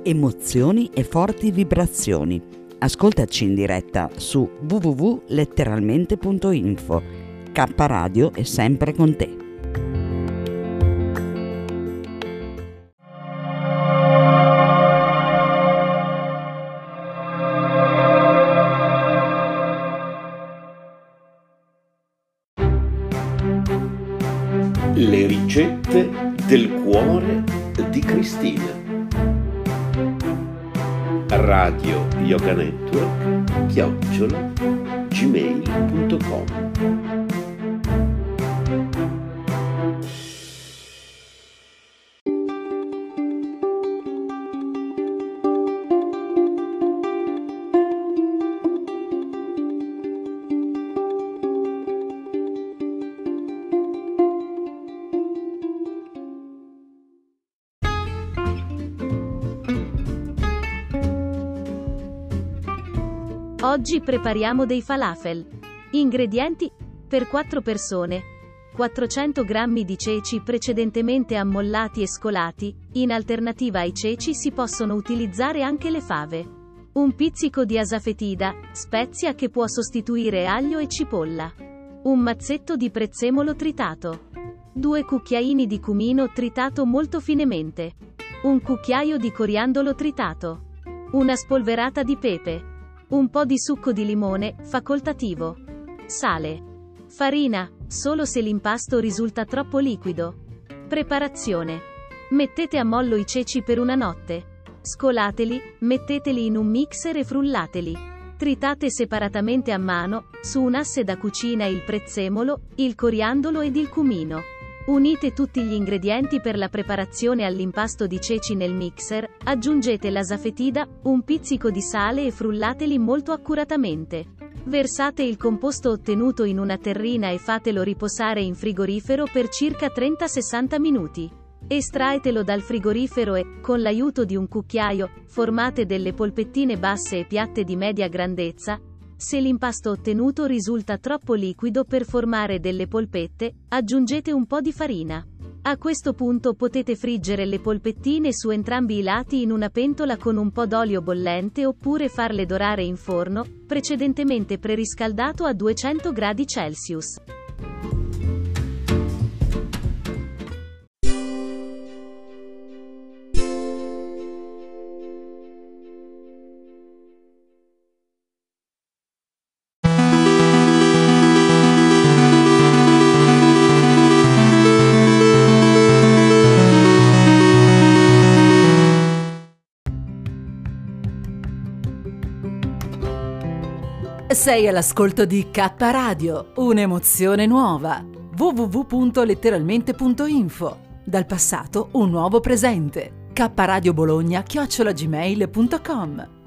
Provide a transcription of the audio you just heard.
emozioni e forti vibrazioni. Ascoltaci in diretta su www.letteralmente.info. K Radio è sempre con te. Le ricette del cuore di Cristina. Radio Yoga Network @gmail.com. Oggi prepariamo dei falafel. Ingredienti: per 4 persone: 400 g di ceci precedentemente ammollati e scolati, in alternativa ai ceci si possono utilizzare anche le fave. Un pizzico di asafetida, spezia che può sostituire aglio e cipolla. Un mazzetto di prezzemolo tritato. 2 cucchiaini di cumino tritato molto finemente. Un cucchiaio di coriandolo tritato. Una spolverata di pepe. Un po' di succo di limone, facoltativo. Sale. Farina, solo se l'impasto risulta troppo liquido. Preparazione. Mettete a mollo i ceci per una notte. Scolateli, metteteli in un mixer e frullateli. Tritate separatamente a mano, su un asse da cucina il prezzemolo, il coriandolo ed il cumino. Unite tutti gli ingredienti per la preparazione all'impasto di ceci nel mixer, aggiungete l'asafetida, un pizzico di sale e frullateli molto accuratamente. Versate il composto ottenuto in una terrina e fatelo riposare in frigorifero per circa 30-60 minuti. Estraetelo dal frigorifero e, con l'aiuto di un cucchiaio, formate delle polpettine basse e piatte di media grandezza. Se l'impasto ottenuto risulta troppo liquido per formare delle polpette, aggiungete un po' di farina. A questo punto potete friggere le polpettine su entrambi i lati in una pentola con un po' d'olio bollente oppure farle dorare in forno, precedentemente preriscaldato a 200 gradi Celsius. Sei all'ascolto di K Radio, un'emozione nuova. www.letteralmente.info. Dal passato un nuovo presente. K Radio Bologna @gmail.com.